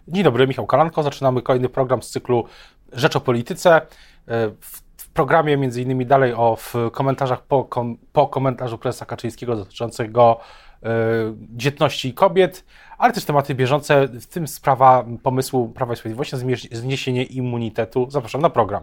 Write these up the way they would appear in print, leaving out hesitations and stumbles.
Dzień dobry, Michał Kolanko. Zaczynamy kolejny program z cyklu Rzecz o Polityce. W programie między innymi dalej w komentarzach po komentarzu prezesa Kaczyńskiego dotyczącego dzietności kobiet, ale też tematy bieżące, w tym sprawa pomysłu Prawa i Sprawiedliwości na zniesienie immunitetu. Zapraszam na program.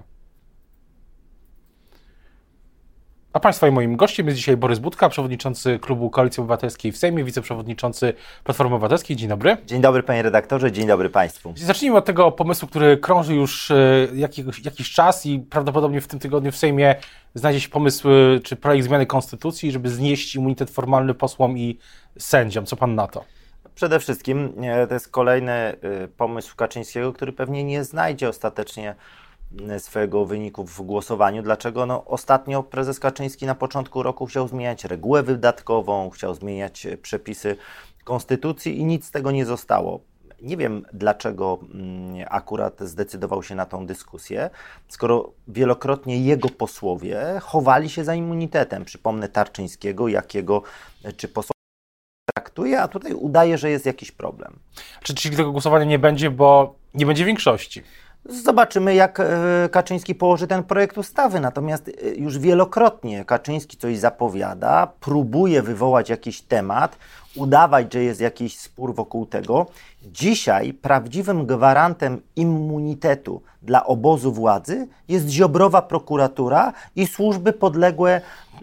A Państwa i moim gościem jest dzisiaj Borys Budka, przewodniczący Klubu Koalicji Obywatelskiej w Sejmie, wiceprzewodniczący Platformy Obywatelskiej. Dzień dobry. Dzień dobry, panie redaktorze, dzień dobry państwu. Zacznijmy od tego pomysłu, który krąży już jakiś czas i prawdopodobnie w tym tygodniu w Sejmie znajdzie się pomysł czy projekt zmiany konstytucji, żeby znieść immunitet formalny posłom i sędziom. Co pan na to? Przede wszystkim to jest kolejny pomysł Kaczyńskiego, który pewnie nie znajdzie ostatecznie swojego wyniku w głosowaniu. Dlaczego? Ostatnio prezes Kaczyński na początku roku chciał zmieniać regułę wydatkową, chciał zmieniać przepisy konstytucji i nic z tego nie zostało. Nie wiem, dlaczego akurat zdecydował się na tą dyskusję, skoro wielokrotnie jego posłowie chowali się za immunitetem. Przypomnę Tarczyńskiego, Jakiego czy posła traktuje, a tutaj udaje, że jest jakiś problem. Czyli tego głosowania nie będzie, bo nie będzie większości? Zobaczymy, jak Kaczyński położy ten projekt ustawy. Natomiast już wielokrotnie Kaczyński coś zapowiada, próbuje wywołać jakiś temat, udawać, że jest jakiś spór wokół tego. Dzisiaj prawdziwym gwarantem immunitetu dla obozu władzy jest Ziobrowa prokuratura i służby podległe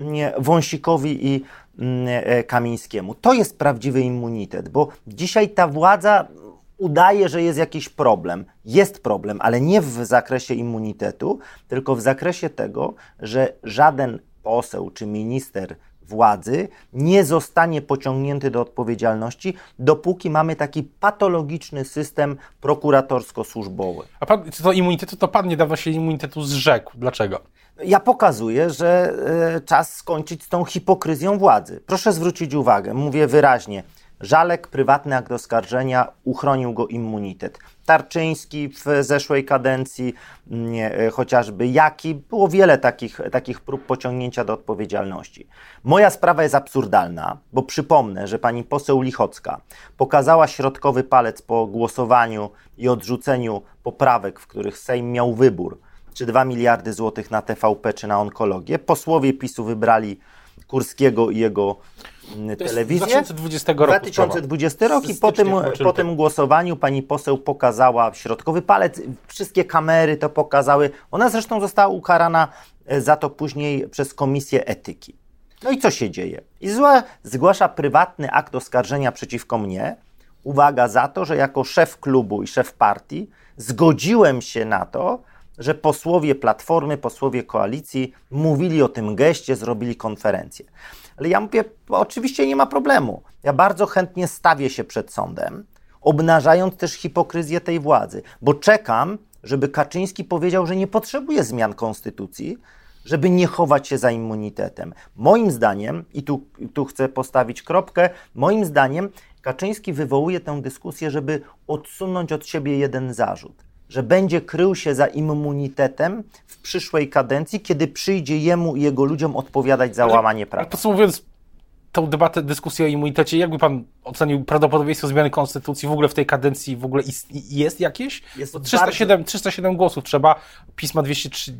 Wąsikowi i Kamińskiemu. To jest prawdziwy immunitet, bo dzisiaj ta władza udaje, że jest jakiś problem. Jest problem, ale nie w zakresie immunitetu, tylko w zakresie tego, że żaden poseł czy minister władzy nie zostanie pociągnięty do odpowiedzialności, dopóki mamy taki patologiczny system prokuratorsko-służbowy. A pan co do immunitetu, to pan niedawno się immunitetu zrzekł. Dlaczego? Ja pokazuję, że czas skończyć z tą hipokryzją władzy. Proszę zwrócić uwagę, mówię wyraźnie, Żalek, prywatny akt oskarżenia, uchronił go immunitet. Tarczyński w zeszłej kadencji, chociażby Jaki, było wiele takich prób pociągnięcia do odpowiedzialności. Moja sprawa jest absurdalna, bo przypomnę, że pani poseł Lichocka pokazała środkowy palec po głosowaniu i odrzuceniu poprawek, w których Sejm miał wybór, czy 2 miliardy złotych na TVP, czy na onkologię. Posłowie PiS-u wybrali Kurskiego i jego telewizję. 2020 roku. 2020 rok i po tym głosowaniu pani poseł pokazała środkowy palec. Wszystkie kamery to pokazały. Ona zresztą została ukarana za to później przez Komisję Etyki. No i co się dzieje? I zgłasza prywatny akt oskarżenia przeciwko mnie. Uwaga, za to, że jako szef klubu i szef partii zgodziłem się na to, że posłowie Platformy, posłowie Koalicji mówili o tym geście, zrobili konferencję. Ale ja mówię, oczywiście nie ma problemu. Ja bardzo chętnie stawię się przed sądem, obnażając też hipokryzję tej władzy, bo czekam, żeby Kaczyński powiedział, że nie potrzebuje zmian konstytucji, żeby nie chować się za immunitetem. Moim zdaniem, i tu chcę postawić kropkę, moim zdaniem Kaczyński wywołuje tę dyskusję, żeby odsunąć od siebie jeden zarzut, że będzie krył się za immunitetem w przyszłej kadencji, kiedy przyjdzie jemu i jego ludziom odpowiadać za łamanie prawa. Podsumowując tą debatę, dyskusję o immunitecie, jakby pan ocenił prawdopodobieństwo zmiany konstytucji w ogóle w tej kadencji? W ogóle jest jakieś? Jest 307 głosów trzeba, PiS ma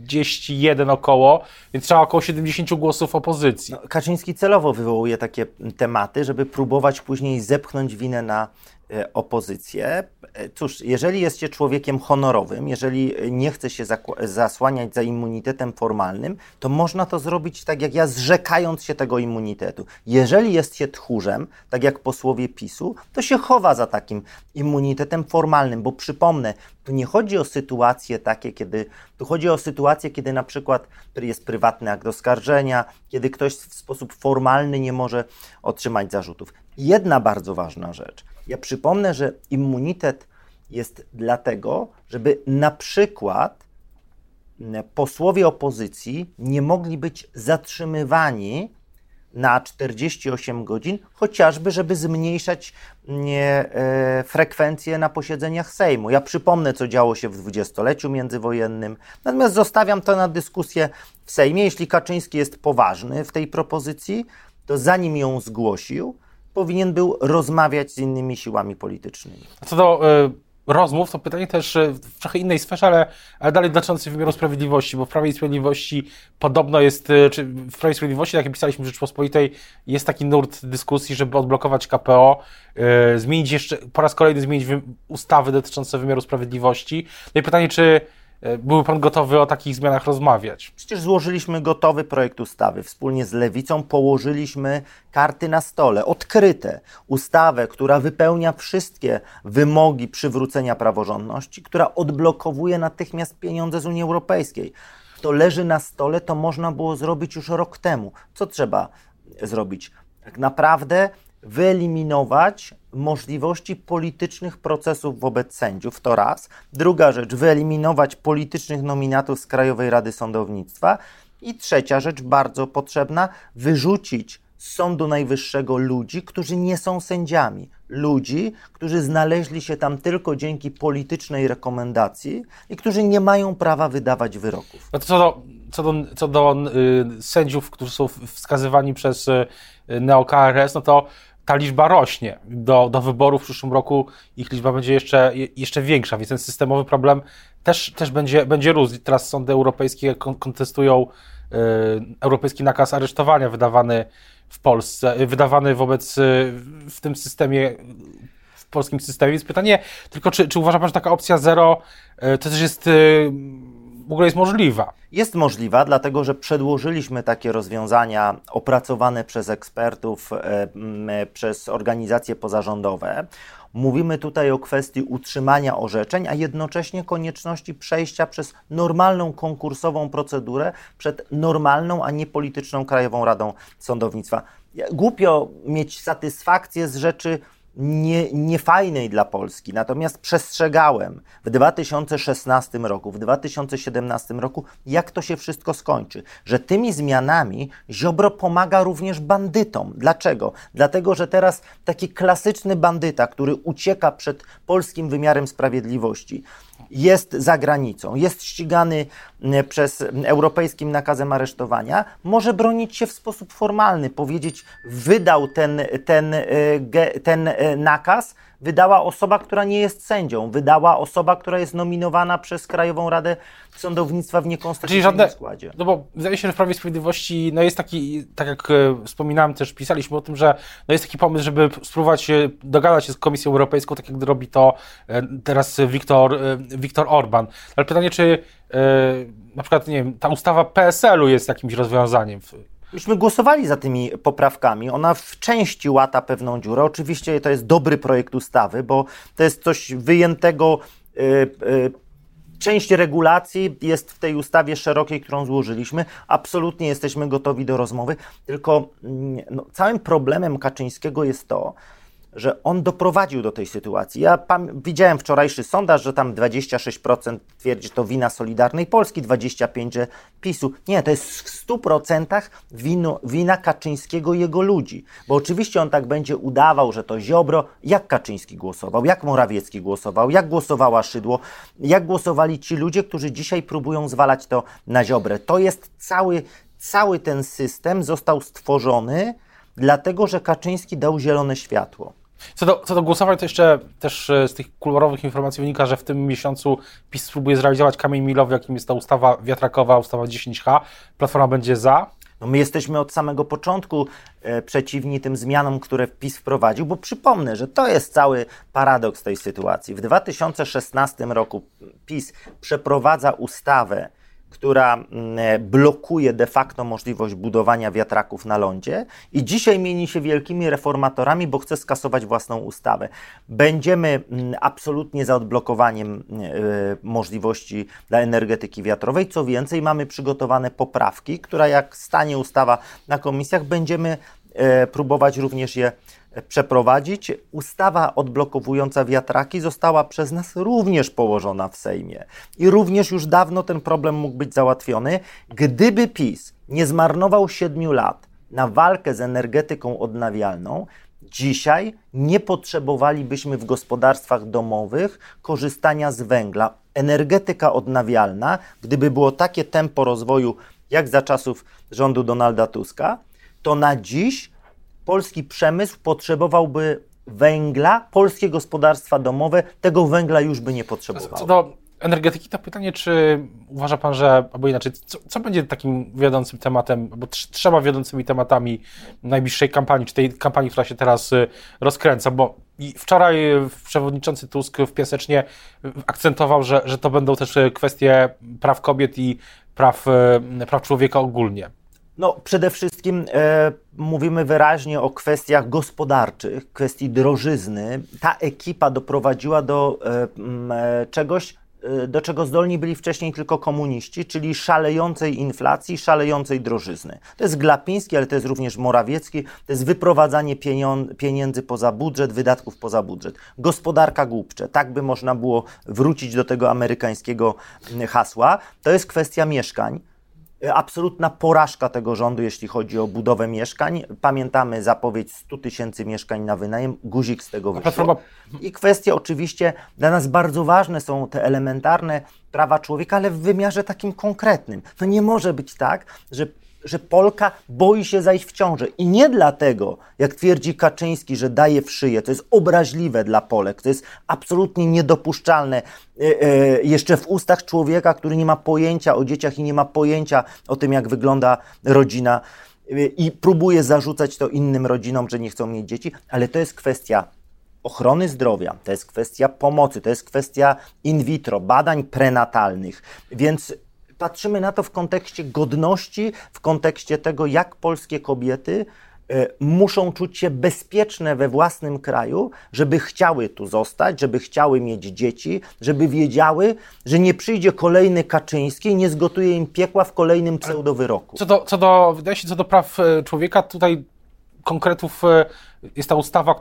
231 około, więc trzeba około 70 głosów opozycji. Kaczyński celowo wywołuje takie tematy, żeby próbować później zepchnąć winę na opozycję. Cóż, jeżeli jest się człowiekiem honorowym, jeżeli nie chce się zasłaniać za immunitetem formalnym, to można to zrobić tak jak ja, zrzekając się tego immunitetu. Jeżeli jest się tchórzem, tak jak posłowie PiS-u, to się chowa za takim immunitetem formalnym, bo przypomnę, tu nie chodzi o sytuacje takie, tu chodzi o sytuacje, kiedy na przykład jest prywatny akt oskarżenia, kiedy ktoś w sposób formalny nie może otrzymać zarzutów. Jedna bardzo ważna rzecz. Ja przypomnę, że immunitet jest dlatego, żeby na przykład posłowie opozycji nie mogli być zatrzymywani na 48 godzin, chociażby żeby zmniejszać frekwencję na posiedzeniach Sejmu. Ja przypomnę, co działo się w dwudziestoleciu międzywojennym, natomiast zostawiam to na dyskusję w Sejmie. Jeśli Kaczyński jest poważny w tej propozycji, to zanim ją zgłosił, powinien był rozmawiać z innymi siłami politycznymi. Co do rozmów, to pytanie też w trochę innej sferze, ale dalej dotyczące wymiaru sprawiedliwości, bo w Prawie i Sprawiedliwości podobno jest, czy w Prawie i Sprawiedliwości, jak pisaliśmy w Rzeczpospolitej, jest taki nurt dyskusji, żeby odblokować KPO, zmienić jeszcze, po raz kolejny zmienić ustawy dotyczące wymiaru sprawiedliwości. No i pytanie, czy byłby pan gotowy o takich zmianach rozmawiać? Przecież złożyliśmy gotowy projekt ustawy. Wspólnie z Lewicą położyliśmy karty na stole, odkryte. Ustawę, która wypełnia wszystkie wymogi przywrócenia praworządności, która odblokowuje natychmiast pieniądze z Unii Europejskiej. To leży na stole, to można było zrobić już rok temu. Co trzeba zrobić? Tak naprawdę wyeliminować możliwości politycznych procesów wobec sędziów, to raz. Druga rzecz, wyeliminować politycznych nominatów z Krajowej Rady Sądownictwa. I trzecia rzecz, bardzo potrzebna, wyrzucić z Sądu Najwyższego ludzi, którzy nie są sędziami. Ludzi, którzy znaleźli się tam tylko dzięki politycznej rekomendacji i którzy nie mają prawa wydawać wyroków. No to co do sędziów, którzy są wskazywani przez neo-KRS, no to ta liczba rośnie. Do wyborów w przyszłym roku ich liczba będzie jeszcze większa, więc ten systemowy problem też będzie rósł. Teraz sądy europejskie kontestują europejski nakaz aresztowania wydawany w Polsce, wydawany w tym systemie, w polskim systemie. Więc pytanie tylko, czy uważa pan, że taka opcja zero to też jest w ogóle jest możliwa? Jest możliwa, dlatego że przedłożyliśmy takie rozwiązania opracowane przez ekspertów, przez organizacje pozarządowe. Mówimy tutaj o kwestii utrzymania orzeczeń, a jednocześnie konieczności przejścia przez normalną konkursową procedurę przed normalną, a nie polityczną Krajową Radą Sądownictwa. Głupio mieć satysfakcję z rzeczy niefajnej dla Polski, natomiast przestrzegałem w 2016 roku, w 2017 roku, jak to się wszystko skończy, że tymi zmianami Ziobro pomaga również bandytom. Dlaczego? Dlatego, że teraz taki klasyczny bandyta, który ucieka przed polskim wymiarem sprawiedliwości, jest za granicą, jest ścigany przez europejskim nakazem aresztowania, może bronić się w sposób formalny, powiedzieć, wydał ten nakaz, wydała osoba, która nie jest sędzią, wydała osoba, która jest nominowana przez Krajową Radę Sądownictwa w niekonstytucyjnym składzie. No bo wydaje się, że w Prawie i Sprawiedliwości jest taki, tak jak wspominałem, też pisaliśmy o tym, że jest taki pomysł, żeby spróbować dogadać się z Komisją Europejską, tak jak robi to teraz Viktor Orban. Ale pytanie, czy na przykład, nie wiem, ta ustawa PSL-u jest jakimś rozwiązaniem? Myśmy głosowali za tymi poprawkami. Ona w części łata pewną dziurę. Oczywiście to jest dobry projekt ustawy, bo to jest coś wyjętego. Część regulacji jest w tej ustawie szerokiej, którą złożyliśmy. Absolutnie jesteśmy gotowi do rozmowy. Tylko całym problemem Kaczyńskiego jest to, że on doprowadził do tej sytuacji. Ja widziałem wczorajszy sondaż, że tam 26% twierdzi, że to wina Solidarnej Polski, 25% że PiS-u. Nie, to jest w 100% wina Kaczyńskiego i jego ludzi. Bo oczywiście on tak będzie udawał, że to Ziobro. Jak Kaczyński głosował? Jak Morawiecki głosował? Jak głosowała Szydło? Jak głosowali ci ludzie, którzy dzisiaj próbują zwalać to na Ziobrę? To jest cały ten system został stworzony dlatego, że Kaczyński dał zielone światło. Co do głosowań, to jeszcze też z tych kuluarowych informacji wynika, że w tym miesiącu PiS spróbuje zrealizować kamień milowy, jakim jest ta ustawa wiatrakowa, ustawa 10H. Platforma będzie za. No my jesteśmy od samego początku przeciwni tym zmianom, które PiS wprowadził, bo przypomnę, że to jest cały paradoks tej sytuacji. W 2016 roku PiS przeprowadza ustawę, która blokuje de facto możliwość budowania wiatraków na lądzie i dzisiaj mieni się wielkimi reformatorami, bo chce skasować własną ustawę. Będziemy absolutnie za odblokowaniem możliwości dla energetyki wiatrowej. Co więcej, mamy przygotowane poprawki, które jak stanie ustawa na komisjach, będziemy próbować również je przeprowadzić. Ustawa odblokowująca wiatraki została przez nas również położona w Sejmie i również już dawno ten problem mógł być załatwiony, gdyby PiS nie zmarnował 7 lat na walkę z energetyką odnawialną. Dzisiaj nie potrzebowalibyśmy w gospodarstwach domowych korzystania z węgla. Energetyka odnawialna, gdyby było takie tempo rozwoju jak za czasów rządu Donalda Tuska, to na dziś polski przemysł potrzebowałby węgla, polskie gospodarstwa domowe tego węgla już by nie potrzebowały. Co do energetyki, to pytanie, czy uważa pan, że, albo inaczej, co będzie takim wiodącym tematem, bo trzema wiodącymi tematami najbliższej kampanii, czy tej kampanii, która się teraz rozkręca, bo i wczoraj przewodniczący Tusk w Piasecznie akcentował, że to będą też kwestie praw kobiet i praw człowieka ogólnie. No, przede wszystkim mówimy wyraźnie o kwestiach gospodarczych, kwestii drożyzny. Ta ekipa doprowadziła do czegoś, do czego zdolni byli wcześniej tylko komuniści, czyli szalejącej inflacji, szalejącej drożyzny. To jest Glapiński, ale to jest również Morawiecki, to jest wyprowadzanie pieniędzy poza budżet, wydatków poza budżet. Gospodarka głupcze, tak by można było wrócić do tego amerykańskiego hasła. To jest kwestia mieszkań. Absolutna porażka tego rządu, jeśli chodzi o budowę mieszkań. Pamiętamy zapowiedź 100 000 mieszkań na wynajem, guzik z tego wyszło. I kwestie oczywiście dla nas bardzo ważne są te elementarne prawa człowieka, ale w wymiarze takim konkretnym. No nie może być tak, że Polka boi się zajść w ciążę. I nie dlatego, jak twierdzi Kaczyński, że daje w szyję. To jest obraźliwe dla Polek. To jest absolutnie niedopuszczalne. Jeszcze w ustach człowieka, który nie ma pojęcia o dzieciach i nie ma pojęcia o tym, jak wygląda rodzina i próbuje zarzucać to innym rodzinom, że nie chcą mieć dzieci. Ale to jest kwestia ochrony zdrowia, to jest kwestia pomocy, to jest kwestia in vitro, badań prenatalnych. Więc patrzymy na to w kontekście godności, w kontekście tego, jak polskie kobiety muszą czuć się bezpieczne we własnym kraju, żeby chciały tu zostać, żeby chciały mieć dzieci, żeby wiedziały, że nie przyjdzie kolejny Kaczyński i nie zgotuje im piekła w kolejnym pseudowyroku. Wydaje się, co do praw człowieka, tutaj konkretów jest ta ustawa,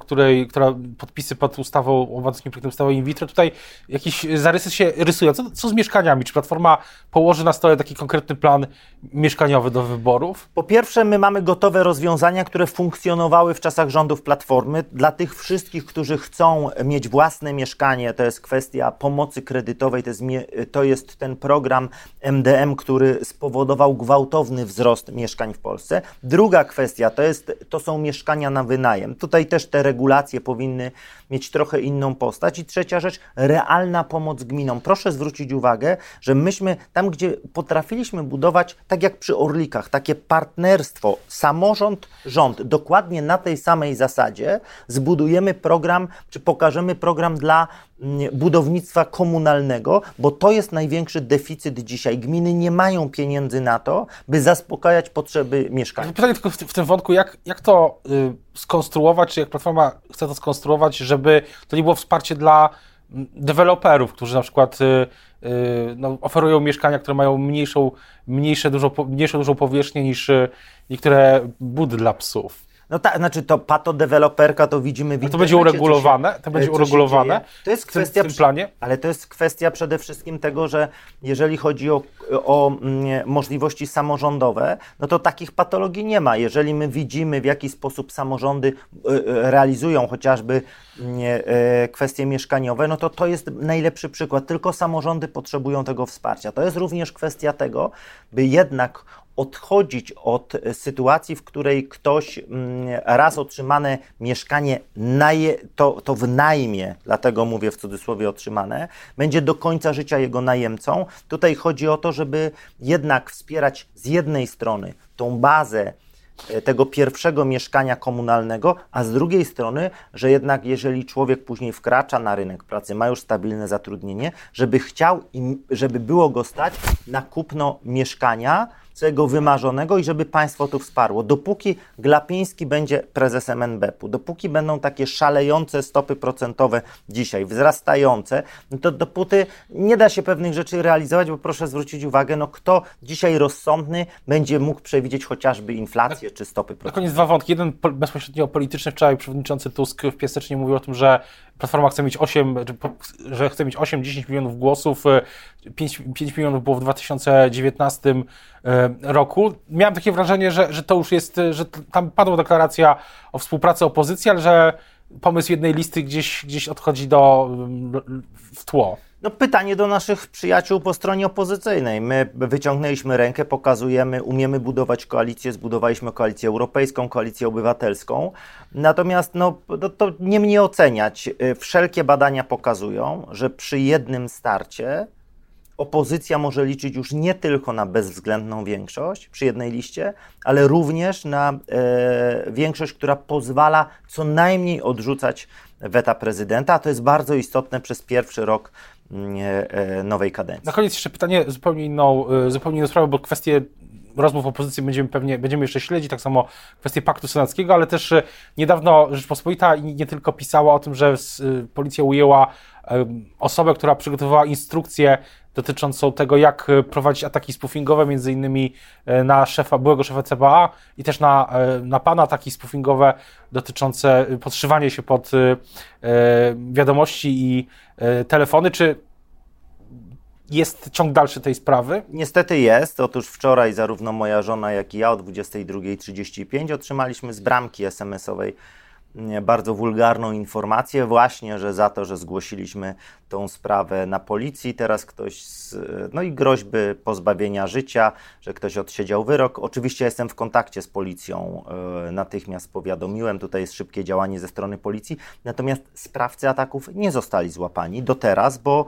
która podpisy pod ustawą o władzy nieprzyjemnym ustawą in vitro. Tutaj jakieś zarysy się rysują. Co z mieszkaniami? Czy Platforma położy na stole taki konkretny plan mieszkaniowy do wyborów? Po pierwsze, my mamy gotowe rozwiązania, które funkcjonowały w czasach rządów Platformy. Dla tych wszystkich, którzy chcą mieć własne mieszkanie, to jest kwestia pomocy kredytowej, to jest ten program MdM, który spowodował gwałtowny wzrost mieszkań w Polsce. Druga kwestia to są mieszkania na wynajem. Tutaj też te regulacje powinny mieć trochę inną postać. I trzecia rzecz, realna pomoc gminom. Proszę zwrócić uwagę, że myśmy tam, gdzie potrafiliśmy budować, tak jak przy Orlikach, takie partnerstwo, samorząd, rząd, dokładnie na tej samej zasadzie zbudujemy program, czy pokażemy program dla budownictwa komunalnego, bo to jest największy deficyt dzisiaj. Gminy nie mają pieniędzy na to, by zaspokajać potrzeby mieszkańców. Pytanie tylko w tym wątku, jak to skonstruować, czy jak Platforma chce to skonstruować, żeby to nie było wsparcie dla deweloperów, którzy na przykład oferują mieszkania, które mają mniejszą powierzchnię niż niektóre budy dla psów. No tak, znaczy to patodeweloperka to widzimy w to będzie uregulowane? To będzie uregulowane to jest kwestia, w tym planie? Ale to jest kwestia przede wszystkim tego, że jeżeli chodzi o możliwości samorządowe, no to takich patologii nie ma. Jeżeli my widzimy, w jaki sposób samorządy realizują chociażby kwestie mieszkaniowe, no to jest najlepszy przykład. Tylko samorządy potrzebują tego wsparcia. To jest również kwestia tego, by jednak odchodzić od sytuacji, w której ktoś raz otrzymane mieszkanie to w najmie, dlatego mówię w cudzysłowie otrzymane, będzie do końca życia jego najemcą. Tutaj chodzi o to, żeby jednak wspierać z jednej strony tą bazę tego pierwszego mieszkania komunalnego, a z drugiej strony, że jednak jeżeli człowiek później wkracza na rynek pracy, ma już stabilne zatrudnienie, żeby chciał i żeby było go stać na kupno mieszkania swojego wymarzonego i żeby państwo to wsparło. Dopóki Glapiński będzie prezesem NBP-u, dopóki będą takie szalejące stopy procentowe dzisiaj, wzrastające, no to dopóty nie da się pewnych rzeczy realizować, bo proszę zwrócić uwagę, no kto dzisiaj rozsądny będzie mógł przewidzieć chociażby inflację czy stopy procentowe. Na koniec dwa wątki. Jeden bezpośrednio polityczny. Wczoraj przewodniczący Tusk w Piasecznie mówił o tym, że Platforma chce mieć 8-10 milionów głosów. 5 milionów było w 2019 roku. Miałem takie wrażenie, że to już jest, że tam padła deklaracja o współpracy opozycji, ale że pomysł jednej listy gdzieś odchodzi w tło. No pytanie do naszych przyjaciół po stronie opozycyjnej. My wyciągnęliśmy rękę, pokazujemy, umiemy budować koalicję, zbudowaliśmy koalicję europejską, koalicję obywatelską. Natomiast to nie mnie oceniać. Wszelkie badania pokazują, że przy jednym starcie opozycja może liczyć już nie tylko na bezwzględną większość przy jednej liście, ale również na większość, która pozwala co najmniej odrzucać weta prezydenta, a to jest bardzo istotne przez pierwszy rok nowej kadencji. Na koniec jeszcze pytanie zupełnie inną sprawę, bo kwestie rozmów opozycji będziemy jeszcze śledzić, tak samo kwestie paktu senackiego, ale też niedawno Rzeczpospolita nie tylko pisała o tym, że policja ujęła osobę, która przygotowywała instrukcję dotyczącą tego, jak prowadzić ataki spoofingowe, między innymi na byłego szefa CBA i też na pana ataki spoofingowe dotyczące podszywania się pod wiadomości i telefony. Czy jest ciąg dalszy tej sprawy? Niestety jest. Otóż wczoraj zarówno moja żona, jak i ja o 22:35 otrzymaliśmy z bramki SMS-owej bardzo wulgarną informację właśnie, że za to, że zgłosiliśmy tą sprawę na policji, teraz ktoś i groźby pozbawienia życia, że ktoś odsiedział wyrok. Oczywiście jestem w kontakcie z policją, natychmiast powiadomiłem, tutaj jest szybkie działanie ze strony policji, natomiast sprawcy ataków nie zostali złapani do teraz, bo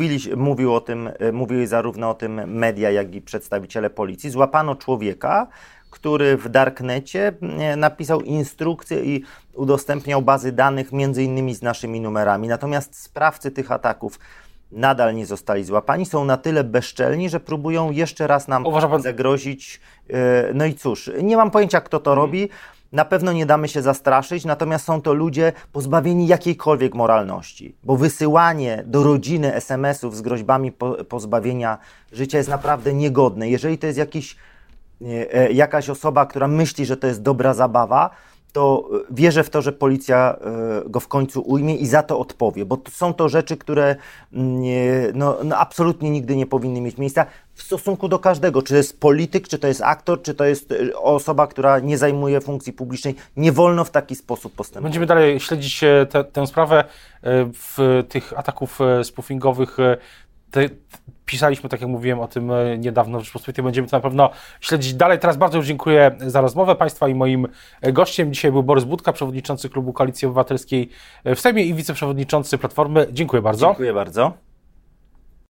mówiły zarówno o tym media, jak i przedstawiciele policji. Złapano człowieka, który w darknecie napisał instrukcję i udostępniał bazy danych między innymi z naszymi numerami. Natomiast sprawcy tych ataków nadal nie zostali złapani. Są na tyle bezczelni, że próbują jeszcze raz nam zagrozić. No i cóż, nie mam pojęcia, kto to robi. Na pewno nie damy się zastraszyć, natomiast są to ludzie pozbawieni jakiejkolwiek moralności, bo wysyłanie do rodziny SMS-ów z groźbami pozbawienia życia jest naprawdę niegodne. Jeżeli to jest jakaś osoba, która myśli, że to jest dobra zabawa, to wierzę w to, że policja go w końcu ujmie i za to odpowie, bo są to rzeczy, które absolutnie nigdy nie powinny mieć miejsca w stosunku do każdego, czy to jest polityk, czy to jest aktor, czy to jest osoba, która nie zajmuje funkcji publicznej. Nie wolno w taki sposób postępować. Będziemy dalej śledzić tę sprawę w tych ataków spoofingowych. Pisaliśmy, tak jak mówiłem, o tym niedawno w Rzeczpospolitej. Będziemy to na pewno śledzić dalej. Teraz bardzo już dziękuję za rozmowę Państwa i moim gościem. Dzisiaj był Borys Budka, przewodniczący Klubu Koalicji Obywatelskiej w Sejmie i wiceprzewodniczący Platformy. Dziękuję bardzo. Dziękuję bardzo.